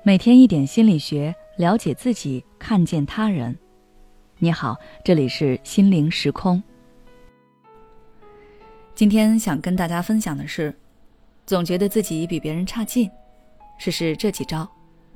每天一点心理学，了解自己，看见他人。你好，这里是心灵时空。今天想跟大家分享的是，总觉得自己比别人差劲，试试这几招。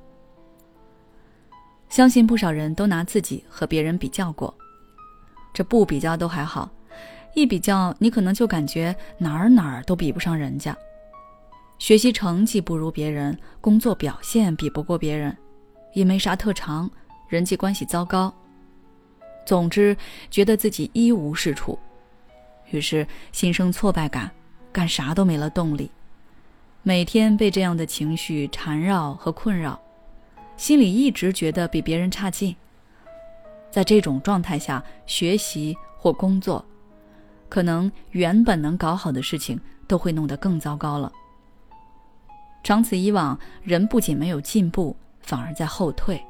相信不少人都拿自己和别人比较过，这不比较都还好，一比较你可能就感觉哪儿都比不上人家。学习成绩不如别人，工作表现比不过别人，也没啥特长，人际关系糟糕。总之，觉得自己一无是处，于是心生挫败感，干啥都没了动力。每天被这样的情绪缠绕和困扰，心里一直觉得比别人差劲。在这种状态下，学习或工作，可能原本能搞好的事情都会弄得更糟糕了。长此以往，人不仅没有进步，反而在后退。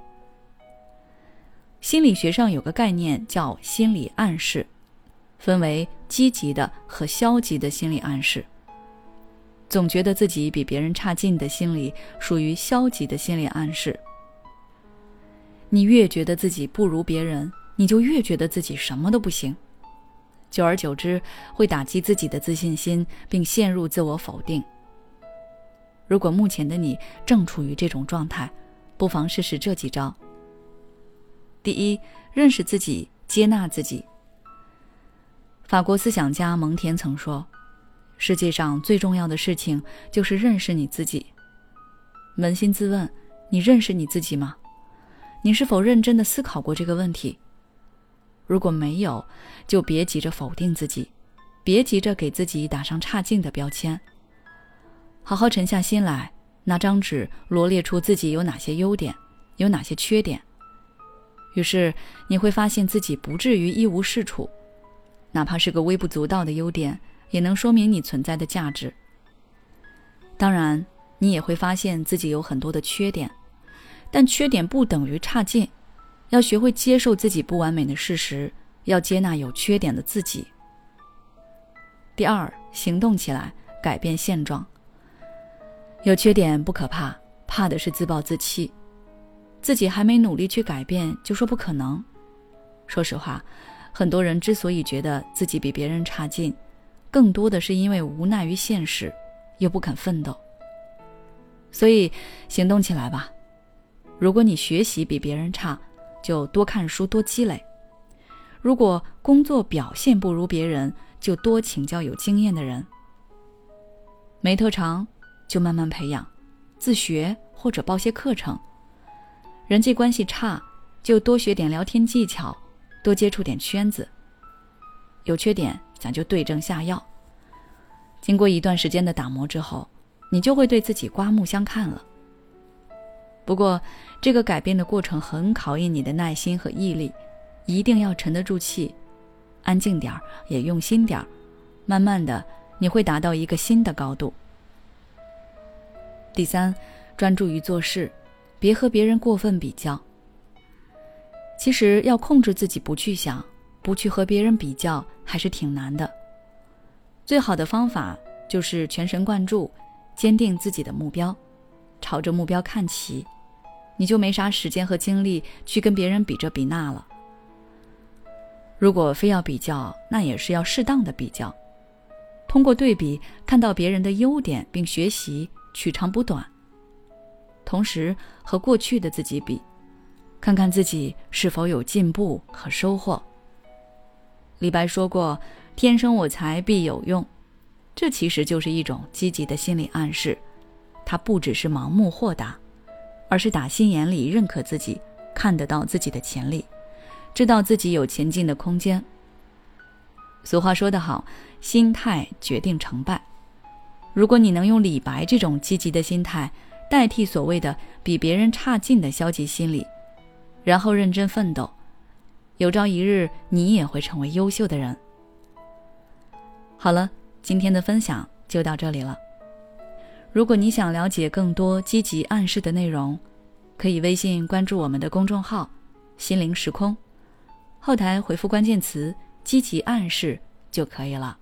心理学上有个概念叫心理暗示，分为积极的和消极的心理暗示。总觉得自己比别人差劲的心理属于消极的心理暗示。你越觉得自己不如别人，你就越觉得自己什么都不行。久而久之，会打击自己的自信心，并陷入自我否定。如果目前的你正处于这种状态，不妨试试这几招。第一，认识自己，接纳自己。法国思想家蒙田曾说，世界上最重要的事情就是认识你自己。扪心自问，你认识你自己吗？你是否认真地思考过这个问题？如果没有，就别急着否定自己，别急着给自己打上差劲的标签。好好沉下心来，拿张纸罗列出自己有哪些优点，有哪些缺点。于是你会发现自己不至于一无是处，哪怕是个微不足道的优点，也能说明你存在的价值。当然，你也会发现自己有很多的缺点，但缺点不等于差劲，要学会接受自己不完美的事实，要接纳有缺点的自己。第二，行动起来，改变现状。有缺点不可怕，怕的是自暴自弃。自己还没努力去改变，就说不可能。说实话，很多人之所以觉得自己比别人差劲，更多的是因为无奈于现实，又不肯奋斗。所以，行动起来吧。如果你学习比别人差，就多看书，多积累；如果工作表现不如别人，就多请教有经验的人。没特长，就慢慢培养，自学或者报些课程。人际关系差，就多学点聊天技巧，多接触点圈子。有缺点，咱就对症下药。经过一段时间的打磨之后，你就会对自己刮目相看了。不过，这个改变的过程很考验你的耐心和毅力，一定要沉得住气，安静点，也用心点，慢慢的，你会达到一个新的高度。第三，专注于做事，别和别人过分比较。其实要控制自己不去想，不去和别人比较，还是挺难的。最好的方法就是全神贯注，坚定自己的目标，朝着目标看齐，你就没啥时间和精力去跟别人比这比那了。如果非要比较，那也是要适当的比较，通过对比看到别人的优点并学习，取长补短。同时和过去的自己比，看看自己是否有进步和收获。李白说过，天生我材必有用，这其实就是一种积极的心理暗示。它不只是盲目豁达，而是打心眼里认可自己，看得到自己的潜力，知道自己有前进的空间。俗话说得好，心态决定成败。如果你能用李白这种积极的心态代替所谓的比别人差劲的消极心理，然后认真奋斗，有朝一日你也会成为优秀的人。好了，今天的分享就到这里了。如果你想了解更多积极暗示的内容，可以微信关注我们的公众号心灵时空，后台回复关键词积极暗示就可以了。